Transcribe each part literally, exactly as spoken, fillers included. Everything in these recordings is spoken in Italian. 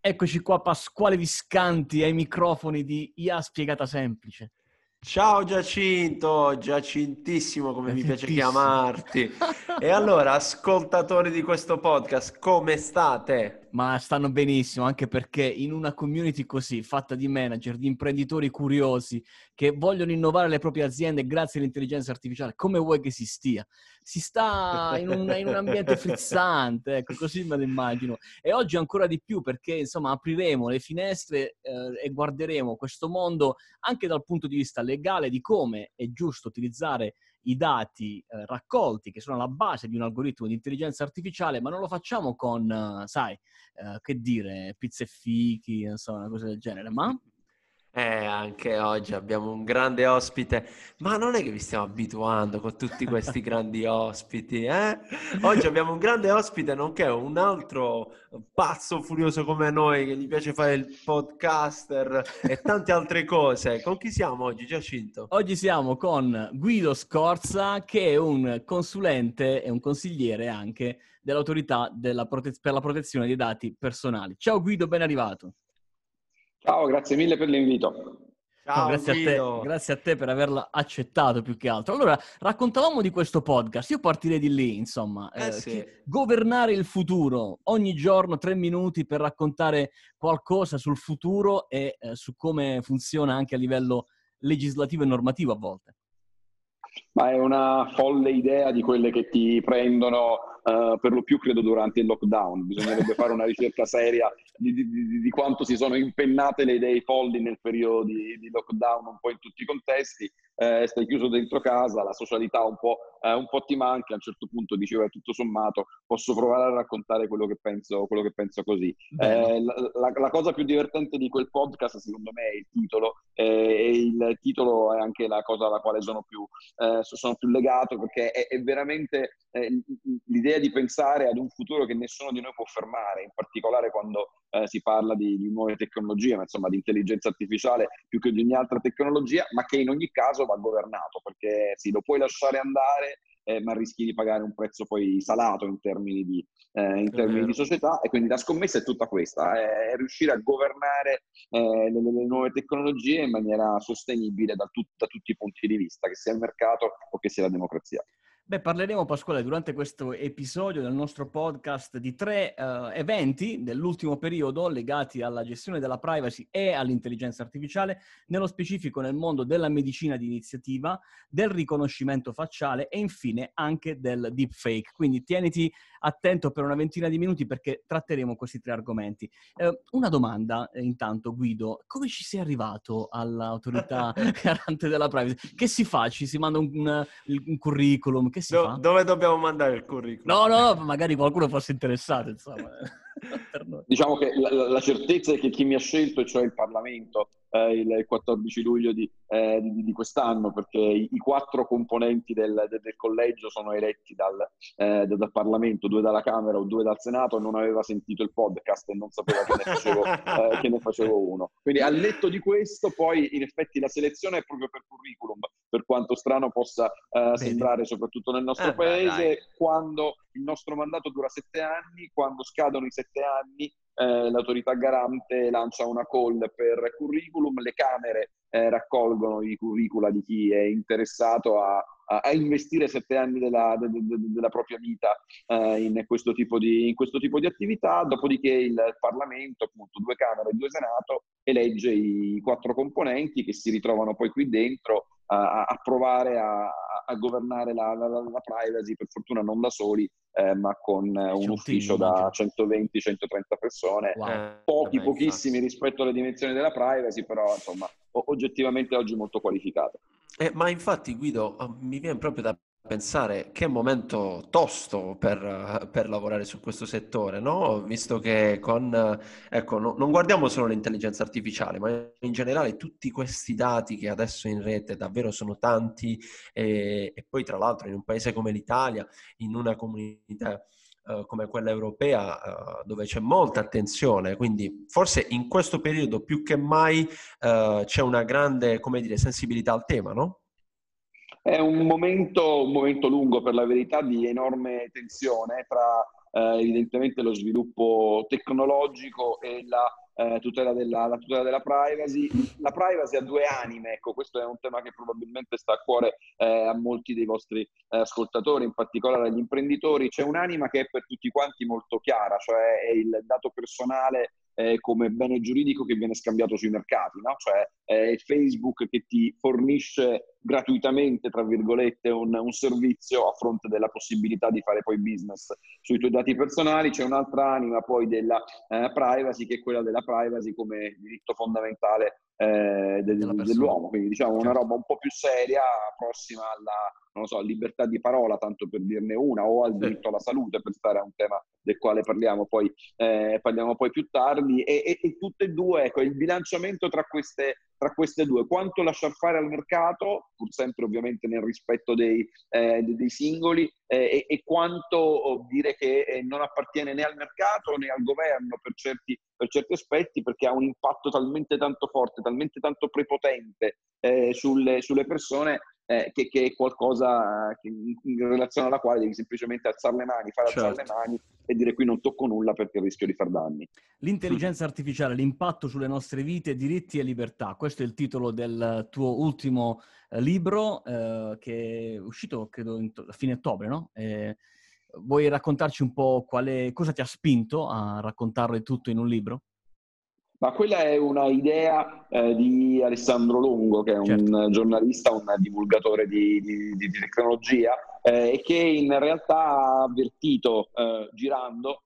Eccoci qua, Pasquale Viscanti ai microfoni di I A Spiegata Semplice. Ciao Giacinto, Giacintissimo come mi piace Giacintissimo. chiamarti. E allora, ascoltatori di questo podcast, come state? Ma stanno benissimo, anche perché in una community così, fatta di manager, di imprenditori curiosi, che vogliono innovare le proprie aziende grazie all'intelligenza artificiale, come vuoi che si stia? Si sta in un, in un ambiente frizzante, ecco, così me lo immagino. E oggi ancora di più, perché insomma apriremo le finestre eh, e guarderemo questo mondo anche dal punto di vista legale di come è giusto utilizzare i dati eh, raccolti, che sono alla base di un algoritmo di intelligenza artificiale, ma non lo facciamo con, eh, sai, eh, che dire, pizze e fichi, insomma, una cosa del genere, ma... Eh, anche oggi abbiamo un grande ospite, ma non è che vi stiamo abituando con tutti questi grandi ospiti, eh? Oggi abbiamo un grande ospite, nonché un altro pazzo furioso come noi che gli piace fare il podcaster e tante altre cose. Con chi siamo oggi, Giacinto? Oggi siamo con Guido Scorza, che è un consulente e un consigliere anche dell'autorità della prote- per la protezione dei dati personali. Ciao Guido, ben arrivato. Ciao, grazie mille per l'invito. No, Ciao grazie a te, Guido. grazie a te per averla accettato più che altro. Allora, raccontavamo di questo podcast, io partirei di lì, insomma, Eh eh, sì. che governare il futuro, ogni giorno tre minuti per raccontare qualcosa sul futuro e eh, su come funziona anche a livello legislativo e normativo a volte. Ma è una folle idea di quelle che ti prendono uh, per lo più, credo, durante il lockdown. Bisognerebbe fare una ricerca seria di, di, di quanto si sono impennate le idee folli nel periodo di, di lockdown, un po' in tutti i contesti. Eh, stai chiuso dentro casa, la socialità un po', eh, un po' ti manca. A un certo punto dicevo, eh, tutto sommato, posso provare a raccontare quello che penso, quello che penso così. Eh, la, la, la cosa più divertente di quel podcast, secondo me, è il titolo. Eh, e il titolo è anche la cosa alla quale sono più... Eh, sono più legato, perché è, è veramente eh, l'idea di pensare ad un futuro che nessuno di noi può fermare, in particolare quando eh, si parla di, di nuove tecnologie, ma insomma di intelligenza artificiale più che di ogni altra tecnologia, ma che in ogni caso va governato, perché sì, lo puoi lasciare andare, eh, ma rischi di pagare un prezzo poi salato in termini di, eh, in termini di società, e quindi la scommessa è tutta questa, è, è riuscire a governare eh, le, le nuove tecnologie in maniera sostenibile da, tut, da tutti i punti di vista, che sia il mercato o che sia la democrazia. Beh, parleremo, Pasquale, durante questo episodio del nostro podcast di tre uh, eventi dell'ultimo periodo legati alla gestione della privacy e all'intelligenza artificiale, nello specifico nel mondo della medicina di iniziativa, del riconoscimento facciale e infine anche del deepfake. Quindi tieniti attento per una ventina di minuti perché tratteremo questi tre argomenti. Eh, una domanda, eh, intanto, Guido, come ci sei arrivato all'autorità garante della privacy? Che si fa? Ci si manda un, un, un curriculum? Che si Do- fa? dove dobbiamo mandare il curriculum? No, no, no, magari qualcuno fosse interessato, insomma. Per noi. Diciamo che la, la certezza è che chi mi ha scelto, cioè il Parlamento, eh, il quattordici luglio di, eh, di, di quest'anno, perché i, i quattro componenti del, del, del collegio sono eletti dal, eh, dal Parlamento, due dalla Camera o due dal Senato, e non aveva sentito il podcast e non sapeva che ne facevo, eh, che ne facevo uno. Quindi al netto di questo, poi in effetti la selezione è proprio per curriculum, per quanto strano possa eh, sembrare, soprattutto nel nostro Eh beh, paese, dai. quando il nostro mandato dura sette anni, quando scadono i sette anni, eh, l'autorità garante lancia una call per curriculum, le Camere eh, raccolgono i curricula di chi è interessato a, a, a investire sette anni della, de, de, della propria vita eh, in, questo tipo di, in questo tipo di attività, dopodiché il Parlamento, appunto due Camere e due Senato, elegge i quattro componenti che si ritrovano poi qui dentro a, a provare a, a governare la, la, la privacy, per fortuna non da soli, eh, ma con eh, un ufficio team, da centoventi centotrenta persone, wow. Eh, pochi, beh, pochissimi infatti. rispetto alle dimensioni della privacy, però insomma oggettivamente oggi molto qualificato. Eh, ma infatti, Guido, eh, mi viene proprio da pensare che momento tosto per, eh, per lavorare su questo settore, no? Visto che con, eh, ecco, no- non guardiamo solo l'intelligenza artificiale, ma in generale tutti questi dati che adesso in rete davvero sono tanti, e, e poi tra l'altro in un paese come l'Italia, in una comunità eh, come quella europea, eh, dove c'è molta attenzione, quindi forse in questo periodo più che mai eh, c'è una grande, come dire, sensibilità al tema, no? È un momento, un momento lungo, per la verità, di enorme tensione tra eh, evidentemente lo sviluppo tecnologico e la Eh, tutela della, la tutela della privacy. La privacy ha due anime, ecco, questo è un tema che probabilmente sta a cuore eh, a molti dei vostri eh, ascoltatori, in particolare agli imprenditori. C'è un'anima che è per tutti quanti molto chiara, cioè è il dato personale eh, come bene giuridico che viene scambiato sui mercati, no? Cioè è Facebook che ti fornisce gratuitamente, tra virgolette, un, un servizio a fronte della possibilità di fare poi business sui tuoi dati personali. C'è un'altra anima poi della eh, privacy, che è quella della privacy come diritto fondamentale eh, de- de- dell'uomo, quindi diciamo una certo. roba un po' più seria, prossima alla, non lo so, libertà di parola, tanto per dirne una, o al diritto alla salute, per stare a un tema del quale parliamo poi, eh, parliamo poi più tardi, e, e, e tutte e due, ecco, il bilanciamento tra queste, tra queste due, quanto lasciar fare al mercato, pur sempre ovviamente nel rispetto dei, eh, dei singoli, eh, e, e quanto dire che eh, non appartiene né al mercato né al governo per certi, per certi aspetti, perché ha un impatto talmente tanto forte, talmente tanto prepotente eh, sulle, sulle persone, Eh, che, che è qualcosa che, in relazione alla quale devi semplicemente alzare le mani, fare Certo. alzare le mani e dire qui non tocco nulla perché rischio di far danni. L'intelligenza artificiale, l'impatto sulle nostre vite, diritti e libertà. Questo è il titolo del tuo ultimo eh, libro eh, che è uscito, credo, in to- a fine ottobre, no? Eh, vuoi raccontarci un po' quale, cosa ti ha spinto a raccontarlo tutto in un libro? Ma quella è una idea eh, di Alessandro Longo, che è un Certo. giornalista, un divulgatore di, di, di tecnologia, eh, e che in realtà ha avvertito, eh, girando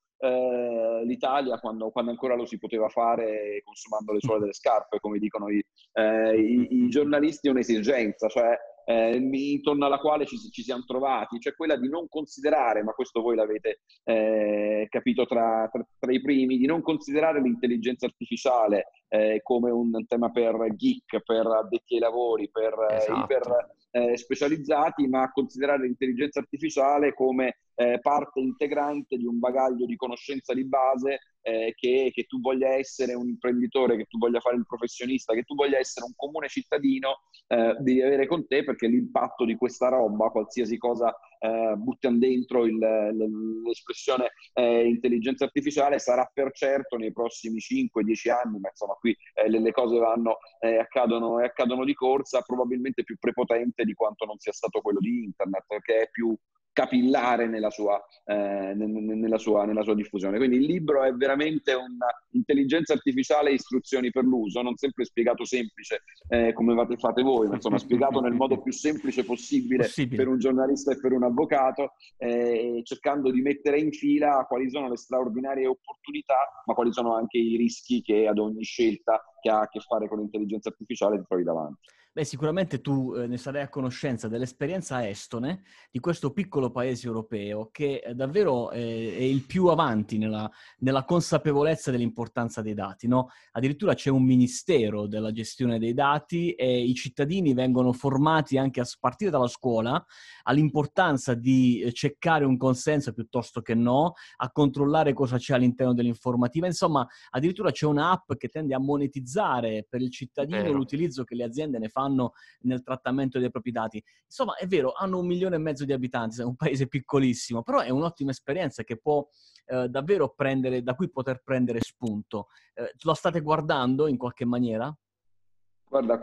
eh, l'Italia, quando, quando ancora lo si poteva fare consumando le suole delle scarpe, come dicono i, eh, i, i giornalisti, un'esigenza, cioè eh, intorno alla quale ci, ci siamo trovati, cioè quella di non considerare, ma questo voi l'avete eh, capito tra, tra, tra i primi, di non considerare l'intelligenza artificiale eh, come un tema per geek, per addetti ai lavori, per eh, iper Esatto. eh, specializzati, ma considerare l'intelligenza artificiale come eh, parte integrante di un bagaglio di conoscenza di base, eh, che, che tu voglia essere un imprenditore, che tu voglia fare il professionista, che tu voglia essere un comune cittadino, eh, devi avere con te, perché l'impatto di questa roba, qualsiasi cosa eh, buttano dentro il, l'espressione eh, intelligenza artificiale, sarà per certo nei prossimi cinque dieci anni, ma insomma qui eh, le, le cose vanno e eh, accadono, eh, accadono di corsa, probabilmente più prepotente di quanto non sia stato quello di internet, perché è più capillare nella sua, eh, nella, sua, nella sua diffusione. Quindi il libro è veramente un'intelligenza artificiale e istruzioni per l'uso, non sempre spiegato semplice eh, come fate voi, ma insomma spiegato nel modo più semplice possibile, Possibile. per un giornalista e per un avvocato, eh, cercando di mettere in fila quali sono le straordinarie opportunità, ma quali sono anche i rischi che ad ogni scelta che ha a che fare con l'intelligenza artificiale ti trovi davanti. Beh, sicuramente tu eh, ne sarai a conoscenza dell'esperienza estone di questo piccolo paese europeo che eh, davvero eh, è il più avanti nella, nella consapevolezza dell'importanza dei dati, no? Addirittura c'è un ministero della gestione dei dati e i cittadini vengono formati anche a partire dalla scuola all'importanza di eh, ceccare un consenso piuttosto che no, a controllare cosa c'è all'interno dell'informativa. Insomma, addirittura c'è un'app che tende a monetizzare per il cittadino Vero. l'utilizzo che le aziende ne fanno nel trattamento dei propri dati. Insomma, è vero, hanno un milione e mezzo di abitanti, è un paese piccolissimo, però è un'ottima esperienza che può eh, davvero prendere, da cui poter prendere spunto. Eh, lo state guardando in qualche maniera? Guarda,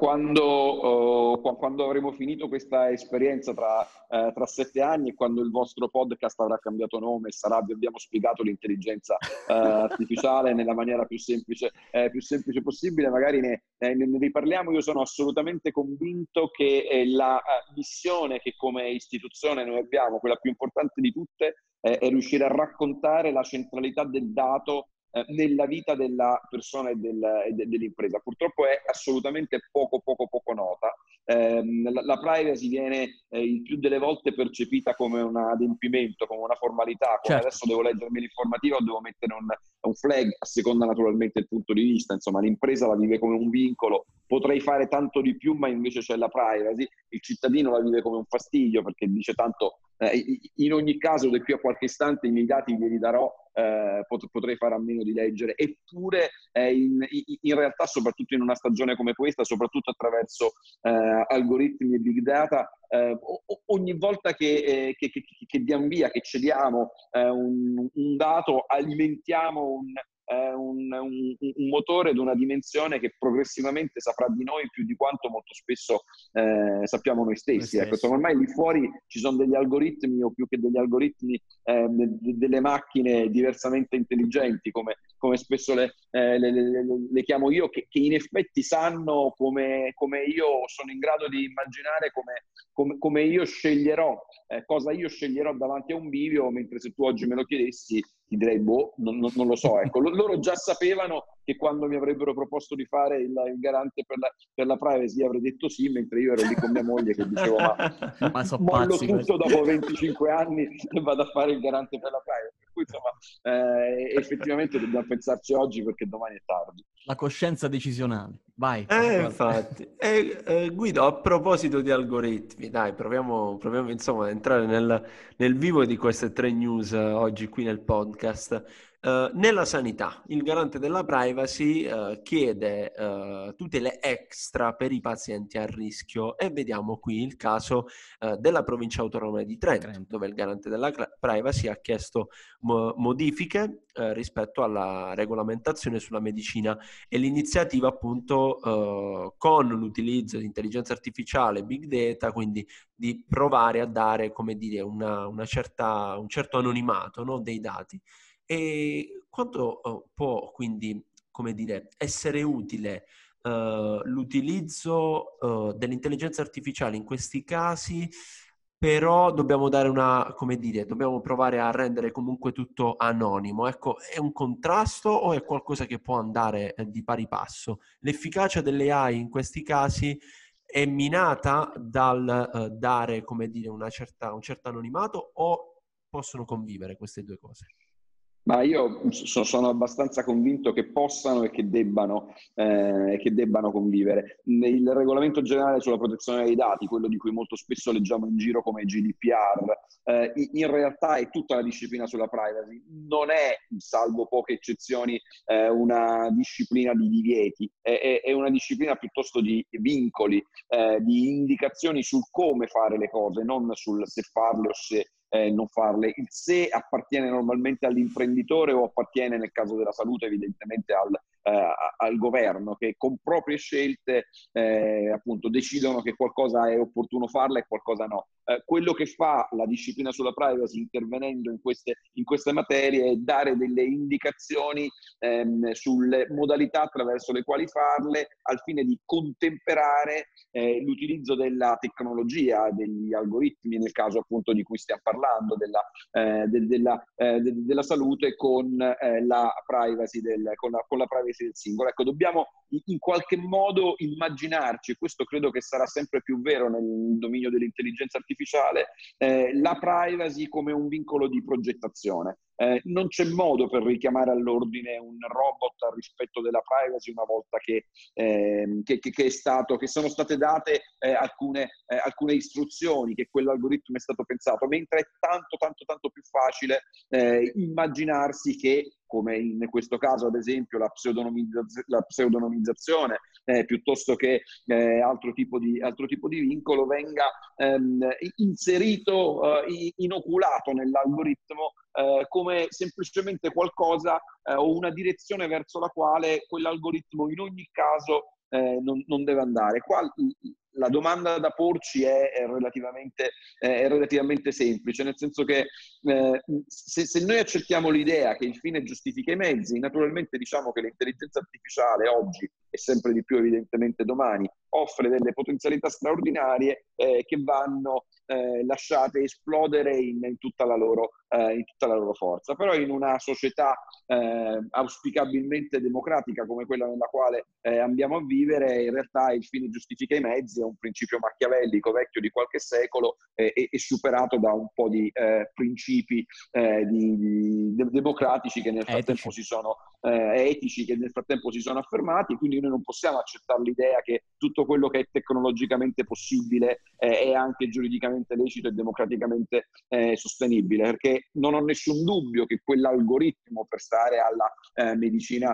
quando, uh, quando avremo finito questa esperienza tra, uh, tra sette anni, e quando il vostro podcast avrà cambiato nome e sarà, vi abbiamo spiegato l'intelligenza uh, artificiale nella maniera più semplice, eh, più semplice possibile, magari ne, eh, ne riparliamo. Io sono assolutamente convinto che eh, la uh, missione che come istituzione noi abbiamo, quella più importante di tutte, eh, è riuscire a raccontare la centralità del dato nella vita della persona e, del, e de, dell'impresa. Purtroppo è assolutamente poco poco poco nota. Eh, la, la privacy viene eh, il più delle volte percepita come un adempimento, come una formalità, come Certo. adesso devo leggermi l'informativa o devo mettere un, un flag, a seconda naturalmente del punto di vista. Insomma, l'impresa la vive come un vincolo, potrei fare tanto di più, ma invece c'è la privacy. Il cittadino la vive come un fastidio, perché dice tanto Eh, in ogni caso, da qui a qualche istante i miei dati glieli darò, eh, pot- potrei fare a meno di leggere. Eppure, eh, in, in realtà, soprattutto in una stagione come questa, soprattutto attraverso eh, algoritmi e big data, eh, ogni volta che, eh, che, che, che diamo via, che cediamo eh, un, un dato, alimentiamo un Un, un, un motore di una dimensione che progressivamente saprà di noi più di quanto molto spesso eh, sappiamo noi stessi. Ecco, insomma, ormai lì fuori ci sono degli algoritmi, o più che degli algoritmi, eh, delle macchine diversamente intelligenti, come, come spesso le, eh, le, le, le chiamo io, che, che in effetti sanno come, come io sono in grado di immaginare come, come, come io sceglierò, eh, cosa io sceglierò davanti a un bivio, mentre se tu oggi me lo chiedessi ti direi, boh, non, non, non lo so. Ecco, loro già sapevano che quando mi avrebbero proposto di fare il, il garante per la, per la privacy avrei detto sì, mentre io ero lì con mia moglie che dicevo, ma, ma so mollo pazzi, tutto dopo venticinque anni e vado a fare il garante per la privacy. Per cui, insomma, eh, effettivamente dobbiamo pensarci oggi, perché domani è tardi. La coscienza decisionale. Vai. Eh, infatti. Eh, eh, Guido, a proposito di algoritmi, dai, proviamo, proviamo insomma ad entrare nel, nel vivo di queste tre news eh, oggi qui nel podcast. Eh, nella sanità, il garante della privacy eh, chiede eh, tutele extra per i pazienti a rischio, e vediamo qui il caso eh, della provincia autonoma di Trento, Trento, dove il garante della privacy ha chiesto mo- modifiche eh, rispetto alla regolamentazione sulla medicina, e l'iniziativa appunto eh, con l'utilizzo di intelligenza artificiale, big data, quindi di provare a dare, come dire, una, una certa, un certo anonimato, no, dei dati. E quanto uh, può quindi, come dire, essere utile uh, l'utilizzo uh, dell'intelligenza artificiale in questi casi? Però dobbiamo dare una, come dire, dobbiamo provare a rendere comunque tutto anonimo. Ecco, è un contrasto o è qualcosa che può andare eh, di pari passo? L'efficacia delle A I in questi casi è minata dal uh, dare, come dire, una certa, un certo anonimato, o possono convivere queste due cose? Ma io so, sono abbastanza convinto che possano e che debbano, eh, che debbano convivere. Il regolamento generale sulla protezione dei dati, quello di cui molto spesso leggiamo in giro come G D P R, eh, in realtà è tutta la disciplina sulla privacy. Non è, salvo poche eccezioni, eh, una disciplina di divieti, è, è una disciplina piuttosto di vincoli, eh, di indicazioni sul come fare le cose, non sul se farle o se Eh, non farle. Il se appartiene normalmente all'imprenditore o appartiene, nel caso della salute, evidentemente al, eh, al governo, che con proprie scelte eh, appunto decidono che qualcosa è opportuno farla e qualcosa no. Eh, quello che fa la disciplina sulla privacy, intervenendo in queste, in queste materie, è dare delle indicazioni ehm, sulle modalità attraverso le quali farle, al fine di contemperare eh, l'utilizzo della tecnologia, degli algoritmi, nel caso appunto di cui stiamo parlando, parlando della, eh, del, della, eh, de, della salute, con eh, la privacy del, con la, con la privacy del singolo. Ecco, dobbiamo in, in qualche modo immaginarci, e questo credo che sarà sempre più vero nel dominio dell'intelligenza artificiale, eh, la privacy come un vincolo di progettazione. Eh, non c'è modo per richiamare all'ordine un robot al rispetto della privacy una volta che, eh, che, che, che, è stato, che sono state date eh, alcune, eh, alcune istruzioni, che quell'algoritmo è stato pensato, mentre è tanto tanto tanto più facile eh, immaginarsi che, come in questo caso ad esempio la, pseudonimizz- la pseudonimizzazione, eh, piuttosto che eh, altro, tipo di, altro tipo di vincolo, venga ehm, inserito, eh, inoculato nell'algoritmo eh, come semplicemente qualcosa eh, o una direzione verso la quale quell'algoritmo in ogni caso eh, non, non deve andare. Qua la domanda da porci è, è, relativamente, è relativamente semplice, nel senso che eh, se, se noi accettiamo l'idea che il fine giustifica i mezzi, naturalmente diciamo che l'intelligenza artificiale oggi, e sempre di più evidentemente domani, offre delle potenzialità straordinarie eh, che vanno eh, lasciate esplodere in, in, tutta la loro, eh, in tutta la loro forza. Però in una società eh, auspicabilmente democratica come quella nella quale eh, andiamo a vivere, in realtà il fine giustifica i mezzi è un principio machiavellico vecchio di qualche secolo eh, e, e superato da un po' di eh, principi eh, di, di, de- democratici che nel frattempo si sono, eh, etici che nel frattempo si sono affermati, quindi noi non possiamo accettare l'idea che tutto quello che è tecnologicamente possibile eh, è anche giuridicamente lecito e democraticamente eh, sostenibile, perché non ho nessun dubbio che quell'algoritmo, per stare alla eh, medicina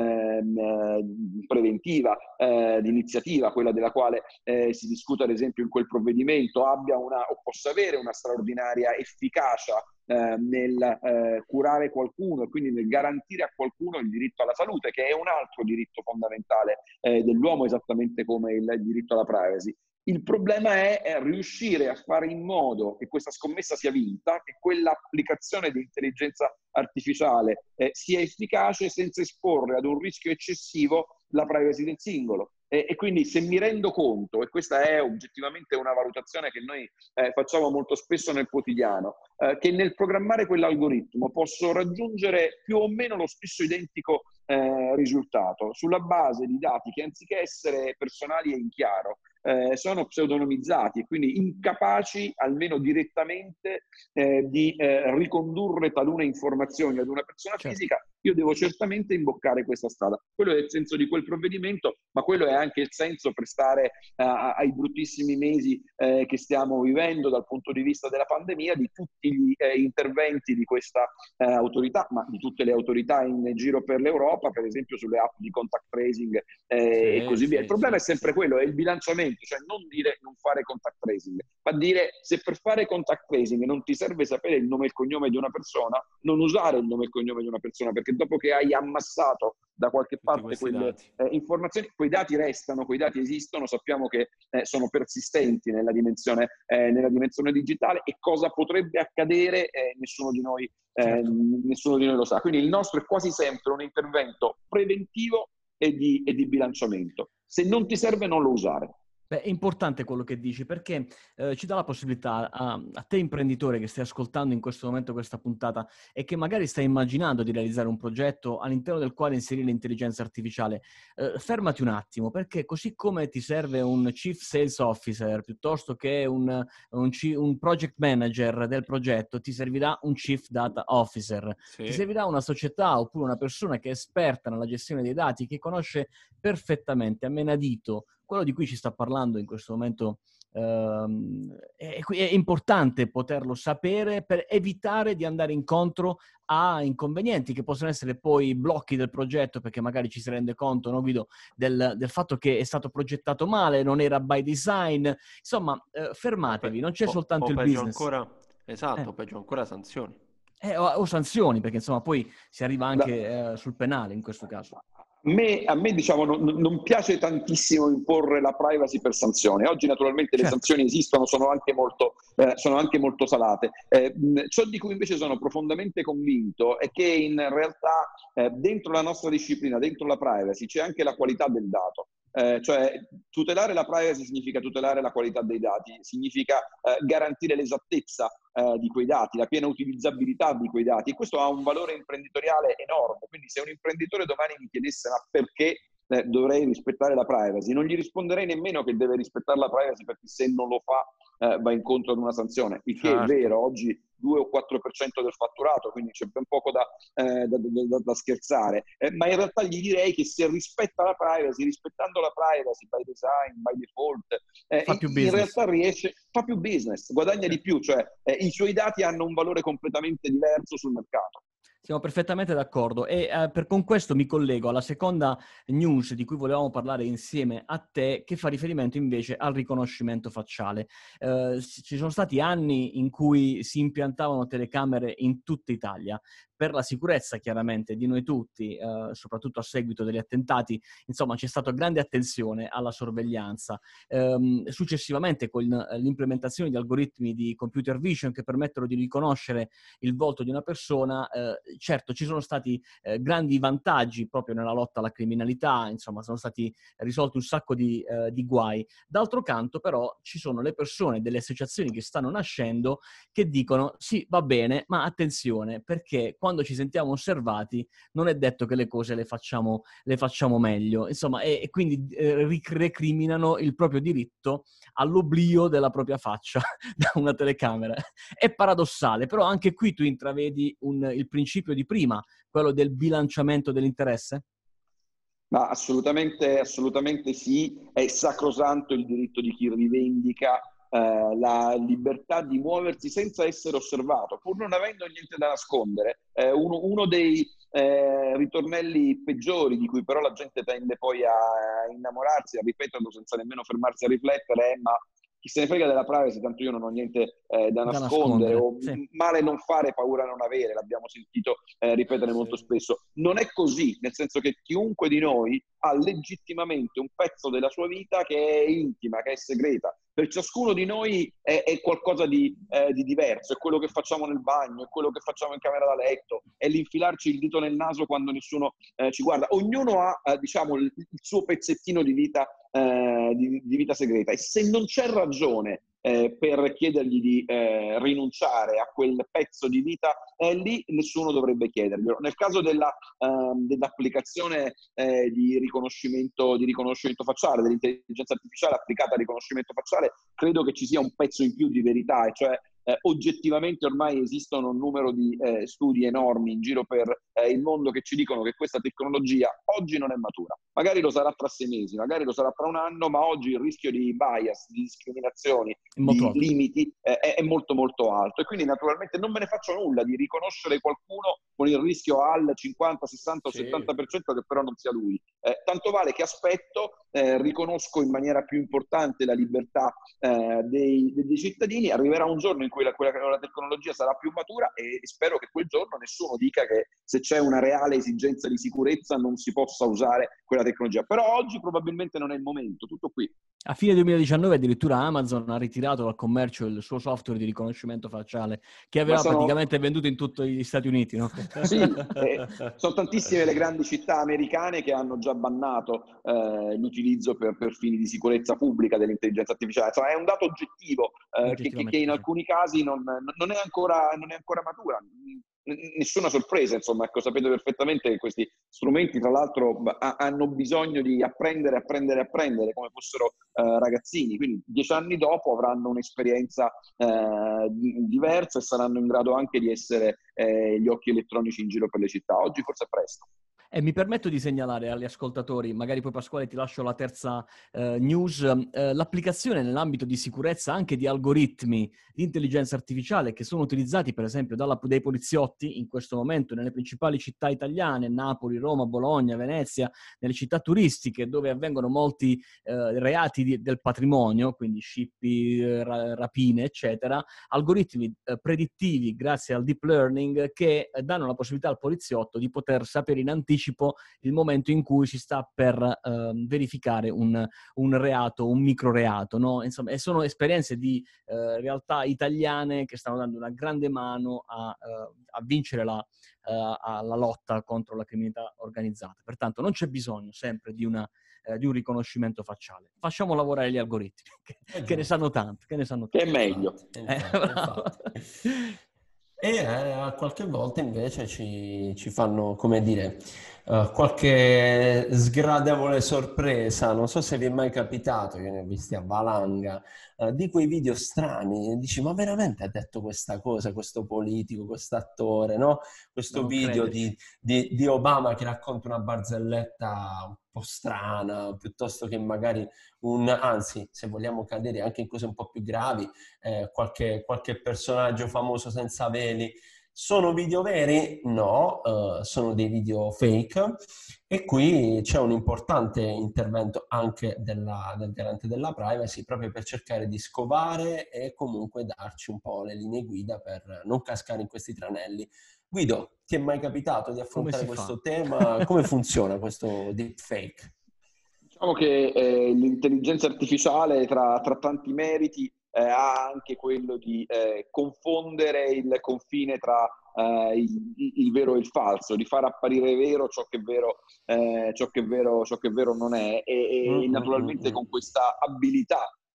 ehm, preventiva, eh, di iniziativa, quella della quale eh, si discute ad esempio in quel provvedimento, abbia una o possa avere una straordinaria efficacia eh, nel eh, curare qualcuno e quindi nel garantire a qualcuno il diritto alla salute, che è un altro diritto fondamentale eh, dell'uomo, esattamente come il diritto alla privacy. Il problema è, è riuscire a fare in modo che questa scommessa sia vinta, che quell'applicazione di intelligenza artificiale eh, sia efficace senza esporre ad un rischio eccessivo la privacy del singolo. E, e quindi se mi rendo conto, e questa è oggettivamente una valutazione che noi eh, facciamo molto spesso nel quotidiano, eh, che nel programmare quell'algoritmo posso raggiungere più o meno lo stesso identico eh, risultato sulla base di dati che, anziché essere personali e in chiaro, Eh, sono pseudonimizzati e quindi incapaci, almeno direttamente, eh, di eh, ricondurre talune informazioni ad una persona Certo. fisica, io devo certamente imboccare questa strada. Quello è il senso di quel provvedimento, ma quello è anche il senso per stare eh, ai bruttissimi mesi eh, che stiamo vivendo dal punto di vista della pandemia, di tutti gli eh, interventi di questa eh, autorità, ma di tutte le autorità in giro per l'Europa, per esempio sulle app di contact tracing eh, Sì, e così sì, via. Il problema sì, è sempre sì. quello, è il bilanciamento, cioè non dire non fare contact tracing, ma dire se per fare contact tracing non ti serve sapere il nome e il cognome di una persona, non usare il nome e il cognome di una persona, perché dopo che hai ammassato da qualche Tutti parte questi quelle dati. eh, informazioni, quei dati restano, quei dati esistono, sappiamo che eh, sono persistenti nella dimensione, eh, nella dimensione digitale, e cosa potrebbe accadere eh, nessuno di noi eh, Certo. nessuno di noi lo sa. Quindi il nostro è quasi sempre un intervento preventivo e di, e di bilanciamento. Se non ti serve, non lo usare. Beh, è importante quello che dici, perché eh, ci dà la possibilità a, a te imprenditore che stai ascoltando in questo momento questa puntata e che magari stai immaginando di realizzare un progetto all'interno del quale inserire l'intelligenza artificiale, eh, fermati un attimo, perché così come ti serve un Chief Sales Officer piuttosto che un, un, un Project Manager del progetto, ti servirà un Chief Data Officer, Sì. ti servirà una società oppure una persona che è esperta nella gestione dei dati, che conosce perfettamente a menadito quello di cui ci sta parlando in questo momento. Ehm, è, è importante poterlo sapere per evitare di andare incontro a inconvenienti che possono essere poi blocchi del progetto, perché magari ci si rende conto, no, Guido, del, del fatto che è stato progettato male, non era by design. Insomma, eh, fermatevi, non c'è o, soltanto o il peggio business. ancora, esatto, Eh. o peggio ancora sanzioni. Eh, o, o sanzioni, perché insomma poi si arriva anche Da... eh, sul penale in questo caso. Me, a me diciamo, non, non piace tantissimo imporre la privacy per sanzione. Oggi naturalmente le Certo. sanzioni esistono, sono anche molto, eh, sono anche molto salate. Eh, ciò di cui invece sono profondamente convinto è che in realtà eh, dentro la nostra disciplina, dentro la privacy, c'è anche la qualità del dato. Eh, cioè tutelare la privacy significa tutelare la qualità dei dati, significa eh, garantire l'esattezza eh, di quei dati, la piena utilizzabilità di quei dati, e questo ha un valore imprenditoriale enorme. Quindi se un imprenditore domani mi chiedesse ma perché eh, dovrei rispettare la privacy, non gli risponderei nemmeno che deve rispettare la privacy, perché se non lo fa eh, va incontro ad una sanzione, il che Certo. è vero, oggi due o quattro per cento del fatturato, quindi c'è ben poco da, eh, da, da, da scherzare, eh, ma in realtà gli direi che se rispetta la privacy, rispettando la privacy by design, by default, eh, Fa più in business. realtà riesce, fa più business, guadagna Certo. di più, cioè eh, i suoi dati hanno un valore completamente diverso sul mercato. Siamo perfettamente d'accordo e eh, per con questo mi collego alla seconda news di cui volevamo parlare insieme a te, che fa riferimento invece al riconoscimento facciale. Eh, ci sono stati anni in cui si impiantavano telecamere in tutta Italia per la sicurezza chiaramente di noi tutti, eh, soprattutto a seguito degli attentati. Insomma, c'è stata grande attenzione alla sorveglianza. Ehm, successivamente con l'implementazione di algoritmi di computer vision che permettono di riconoscere il volto di una persona, eh, certo ci sono stati eh, grandi vantaggi proprio nella lotta alla criminalità, insomma sono stati risolti un sacco di, eh, di guai. D'altro canto però ci sono le persone, delle associazioni che stanno nascendo, che dicono sì, va bene, ma attenzione, perché quando quando ci sentiamo osservati non è detto che le cose le facciamo, le facciamo meglio, insomma, e, e quindi eh, recriminano il proprio diritto all'oblio della propria faccia da una telecamera. È paradossale, però anche qui tu intravedi un, il principio di prima, quello del bilanciamento dell'interesse? Ma assolutamente, assolutamente sì, è sacrosanto il diritto di chi rivendica eh, la libertà di muoversi senza essere osservato, pur non avendo niente da nascondere. Eh, uno, uno dei eh, ritornelli peggiori di cui però la gente tende poi a innamorarsi, a ripeterlo senza nemmeno fermarsi a riflettere, è ma chi se ne frega della privacy, tanto io non ho niente eh, da, Da nascondere, nascondere, o sì. male non fare, paura non avere, l'abbiamo sentito eh, ripetere molto spesso. Non è così, nel senso che chiunque di noi ha legittimamente un pezzo della sua vita che è intima, che è segreta. Per ciascuno di noi è, è qualcosa di, eh, di diverso, è quello che facciamo nel bagno, è quello che facciamo in camera da letto, è l'infilarci il dito nel naso quando nessuno eh, ci guarda. Ognuno ha, eh, diciamo, il, il suo pezzettino di vita, eh, di, di vita segreta, e se non c'è ragione eh, per chiedergli di eh, rinunciare a quel pezzo di vita, eh, lì nessuno dovrebbe chiederglielo. Nel caso della, eh, dell'applicazione eh, di riconoscimento, di riconoscimento facciale, dell'intelligenza artificiale applicata al riconoscimento facciale, credo che ci sia un pezzo in più di verità, e cioè eh, oggettivamente ormai esistono un numero di eh, studi enormi in giro per eh, il mondo che ci dicono che questa tecnologia oggi non è matura. Magari lo sarà tra sei mesi, magari lo sarà tra un anno, ma oggi il rischio di bias, di discriminazioni, di limiti eh, è, è molto molto alto, e quindi naturalmente non me ne faccio nulla di riconoscere qualcuno con il rischio al cinquanta, sessanta o sì. settanta per cento che però non sia lui. Eh, tanto vale che aspetto, eh, riconosco in maniera più importante la libertà eh, dei, dei cittadini, arriverà un giorno in cui la, quella, la tecnologia sarà più matura, e spero che quel giorno nessuno dica che se c'è una reale esigenza di sicurezza non si possa usare quella tecnologia. Però oggi probabilmente non è il momento, tutto qui. A fine duemiladiciannove addirittura Amazon ha ritirato dal commercio il suo software di riconoscimento facciale che aveva sono... praticamente venduto in tutti gli Stati Uniti, no? Sì, eh, sono tantissime le grandi città americane che hanno già bannato eh, l'utilizzo per, per fini di sicurezza pubblica dell'intelligenza artificiale. Insomma, è un dato oggettivo eh, che, che, che in alcuni casi non, non, è ancora, non è ancora matura. Nessuna sorpresa, insomma, ecco, sapete perfettamente che questi strumenti, tra l'altro, ha, hanno bisogno di apprendere, apprendere, apprendere, come fossero eh, ragazzini. Quindi dieci anni dopo avranno un'esperienza eh, diversa e saranno in grado anche di essere eh, gli occhi elettronici in giro per le città. Oggi forse è presto. E mi permetto di segnalare agli ascoltatori, magari poi Pasquale ti lascio la terza eh, news, eh, l'applicazione nell'ambito di sicurezza anche di algoritmi di intelligenza artificiale che sono utilizzati per esempio dalla, dai poliziotti in questo momento nelle principali città italiane, Napoli, Roma, Bologna, Venezia, nelle città turistiche dove avvengono molti eh, reati di, del patrimonio, quindi scippi, ra, rapine, eccetera, algoritmi eh, predittivi grazie al deep learning che eh, danno la possibilità al poliziotto di poter sapere in anticipo il momento in cui si sta per eh, verificare un, un reato, un microreato, no? Insomma, e sono esperienze di eh, realtà italiane che stanno dando una grande mano a, uh, a vincere la, uh, alla lotta contro la criminalità organizzata. Pertanto non c'è bisogno sempre di, una, uh, di un riconoscimento facciale. Facciamo lavorare gli algoritmi, che, eh, che ne sanno tanto. Che ne sanno tanto. Che è meglio. Infatti, infatti, infatti. E eh, qualche volta invece ci, ci fanno, come dire, uh, qualche sgradevole sorpresa. Non so se vi è mai capitato, io ne ho visti a valanga, uh, di quei video strani. E dici, ma veramente ha detto questa cosa, questo politico, questo attore, no? Questo non video di, di, di Obama che racconta una barzelletta un po' strana, piuttosto che magari un, anzi, se vogliamo cadere anche in cose un po' più gravi, eh, qualche, qualche personaggio famoso senza veli. Sono video veri? No, uh, sono dei video fake, e qui c'è un importante intervento anche della, del garante della privacy proprio per cercare di scovare e comunque darci un po' le linee guida per non cascare in questi tranelli. Guido, ti è mai capitato di affrontare questo fa? tema? Come funziona questo deepfake? Diciamo che eh, l'intelligenza artificiale, tra, tra tanti meriti, eh, ha anche quello di eh, confondere il confine tra eh, il, il vero e il falso, di far apparire vero ciò che è vero, eh, ciò che è vero, ciò che è vero non è, e, e mm-hmm. naturalmente con questa abilità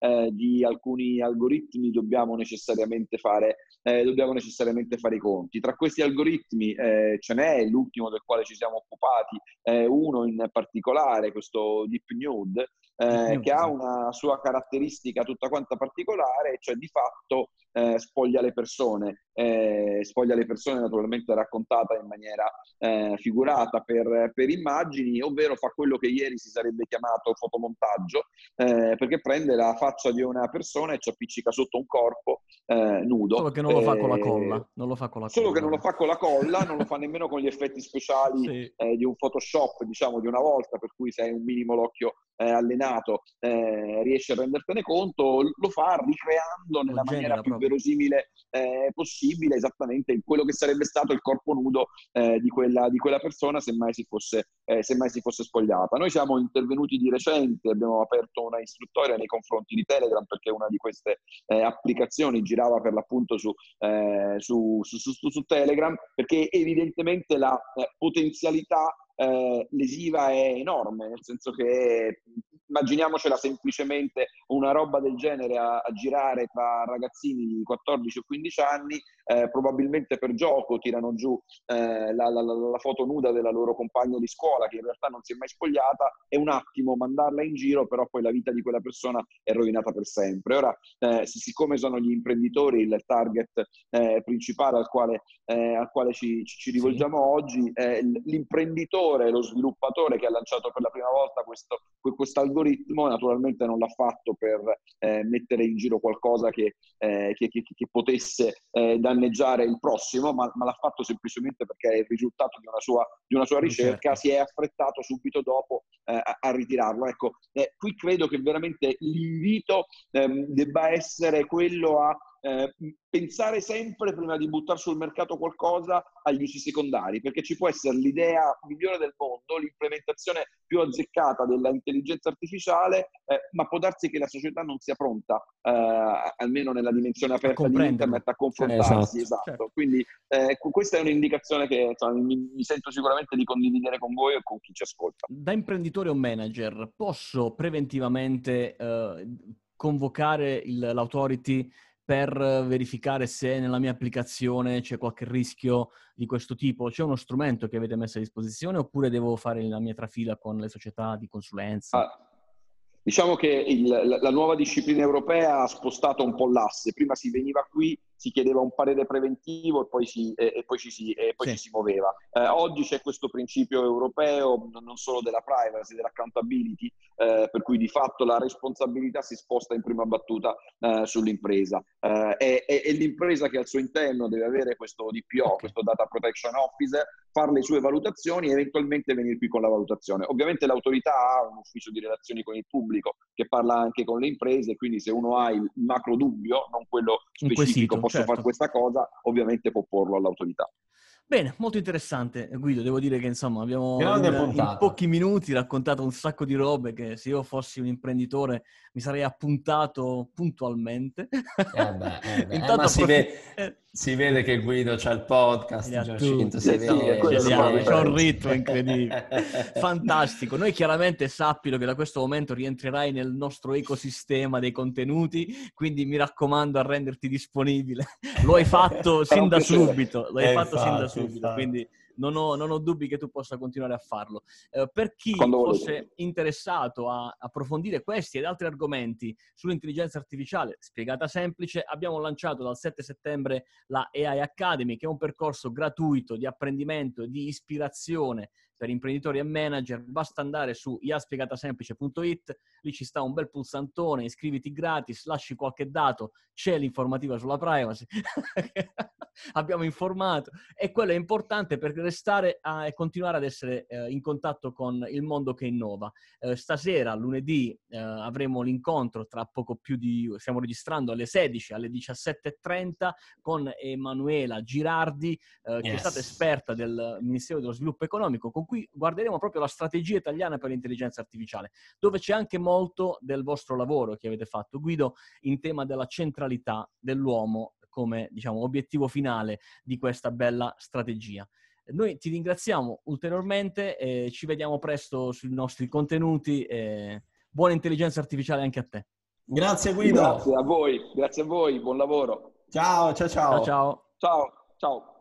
eh, di alcuni algoritmi dobbiamo necessariamente fare, eh, dobbiamo necessariamente fare i conti. Tra questi algoritmi eh, ce n'è, l'ultimo del quale ci siamo occupati, eh, uno in particolare, questo Deep Nude, eh, che ha una sua caratteristica tutta quanta particolare, cioè di fatto eh, spoglia le persone, eh, spoglia le persone naturalmente raccontata in maniera eh, figurata per, per immagini, ovvero fa quello che ieri si sarebbe chiamato fotomontaggio, eh, perché prende la faccia di una persona e ci appiccica sotto un corpo eh, nudo. Solo che non lo fa con la Eh, colla. Non lo fa con la Solo colla. che non lo fa con la colla, non lo fa nemmeno con gli effetti speciali Sì. eh, di un Photoshop, diciamo, di una volta, per cui se hai un minimo l'occhio eh, allenato eh, riesci a rendertene conto, lo fa ricreando nella Lo maniera genera più proprio. verosimile eh, possibile esattamente quello che sarebbe stato il corpo nudo eh, di, quella, di quella persona se mai si fosse, eh, se mai si fosse spogliata. Noi siamo intervenuti di recente, abbiamo aperto una istruttoria nei confronti di Telegram perché una di queste eh, applicazioni girava per l'appunto su, eh, su, su, su, su Telegram, perché evidentemente la eh, potenzialità Eh, lesiva è enorme, nel senso che immaginiamocela semplicemente una roba del genere a, a girare tra ragazzini di quattordici o quindici anni, eh, probabilmente per gioco tirano giù eh, la, la, la foto nuda della loro compagna di scuola che in realtà non si è mai spogliata, e un attimo mandarla in giro, però poi la vita di quella persona è rovinata per sempre. Ora, eh, siccome sono gli imprenditori il target eh, principale al quale, eh, al quale ci, ci, ci rivolgiamo sì. oggi, eh, l'imprenditore, lo sviluppatore che ha lanciato per la prima volta questo questo algoritmo naturalmente non l'ha fatto per eh, mettere in giro qualcosa che, eh, che, che, che potesse eh, danneggiare il prossimo, ma, ma l'ha fatto semplicemente perché è il risultato di una sua, di una sua ricerca, ricerca. Si è affrettato subito dopo eh, a, a ritirarlo. Ecco, eh, qui credo che veramente l'invito ehm, debba essere quello a Eh, pensare sempre, prima di buttare sul mercato qualcosa, agli usi secondari, perché ci può essere l'idea migliore del mondo, l'implementazione più azzeccata dell'intelligenza artificiale, eh, ma può darsi che la società non sia pronta, eh, almeno nella dimensione aperta di internet, a confrontarsi. Esatto. Esatto. Certo. Quindi eh, questa è un'indicazione che insomma, mi, mi sento sicuramente di condividere con voi e con chi ci ascolta. Da imprenditore o manager, posso preventivamente eh, convocare il, l'authority per verificare se nella mia applicazione c'è qualche rischio di questo tipo? C'è uno strumento che avete messo a disposizione oppure devo fare la mia trafila con le società di consulenza? Ah, diciamo che il, la, la nuova disciplina europea ha spostato un po' l'asse. Prima si veniva qui, si chiedeva un parere preventivo e poi, si, e, e poi, ci, si, e poi sì. ci si muoveva. Eh, oggi c'è questo principio europeo non solo della privacy, dell'accountability, eh, per cui di fatto la responsabilità si sposta in prima battuta eh, sull'impresa. Eh, è, è, è l'impresa che al suo interno deve avere questo D P O, okay. questo Data Protection Officer, fare le sue valutazioni e eventualmente venire qui con la valutazione. Ovviamente l'autorità ha un ufficio di relazioni con il pubblico che parla anche con le imprese, quindi se uno ha il macro dubbio, non quello specifico, posso certo. fare questa cosa, ovviamente può porlo all'autorità. Bene, molto interessante Guido, devo dire che insomma abbiamo in, in pochi minuti raccontato un sacco di robe che se io fossi un imprenditore mi sarei appuntato puntualmente. Eh beh, eh beh. eh, ma si, ve- si vede che Guido c'ha il podcast, Giacinto, si sì, vede. C'è un ritmo incredibile. Fantastico. Noi chiaramente sappilo che da questo momento rientrerai nel nostro ecosistema dei contenuti, quindi mi raccomando a renderti disponibile. Lo hai fatto sin da subito, lo hai eh, fatto infatti, sin da subito, infatti. Quindi non ho, non ho dubbi che tu possa continuare a farlo. Eh, per chi Quando fosse volete. interessato a approfondire questi ed altri argomenti sull'intelligenza artificiale spiegata semplice, abbiamo lanciato dal sette settembre la A I Academy, che è un percorso gratuito di apprendimento e di ispirazione per imprenditori e manager. Basta andare su i a spiegata semplice punto it, lì ci sta un bel pulsantone, iscriviti gratis, lasci qualche dato, c'è l'informativa sulla privacy, abbiamo informato, e quello è importante per restare a, e continuare ad essere eh, in contatto con il mondo che innova. Eh, stasera, lunedì, eh, avremo l'incontro tra poco più di, stiamo registrando alle sedici, alle diciassette e trenta, con Emanuela Girardi, eh, yes. che è stata esperta del Ministero dello Sviluppo Economico, con cui guarderemo proprio la strategia italiana per l'intelligenza artificiale, dove c'è anche molto del vostro lavoro che avete fatto, Guido, in tema della centralità dell'uomo come, diciamo, obiettivo finale di questa bella strategia. Noi ti ringraziamo ulteriormente e ci vediamo presto sui nostri contenuti. E buona intelligenza artificiale anche a te. Grazie Guido. Grazie a voi, grazie a voi, buon lavoro. Ciao, ciao, ciao. Ciao, ciao. Ciao, ciao.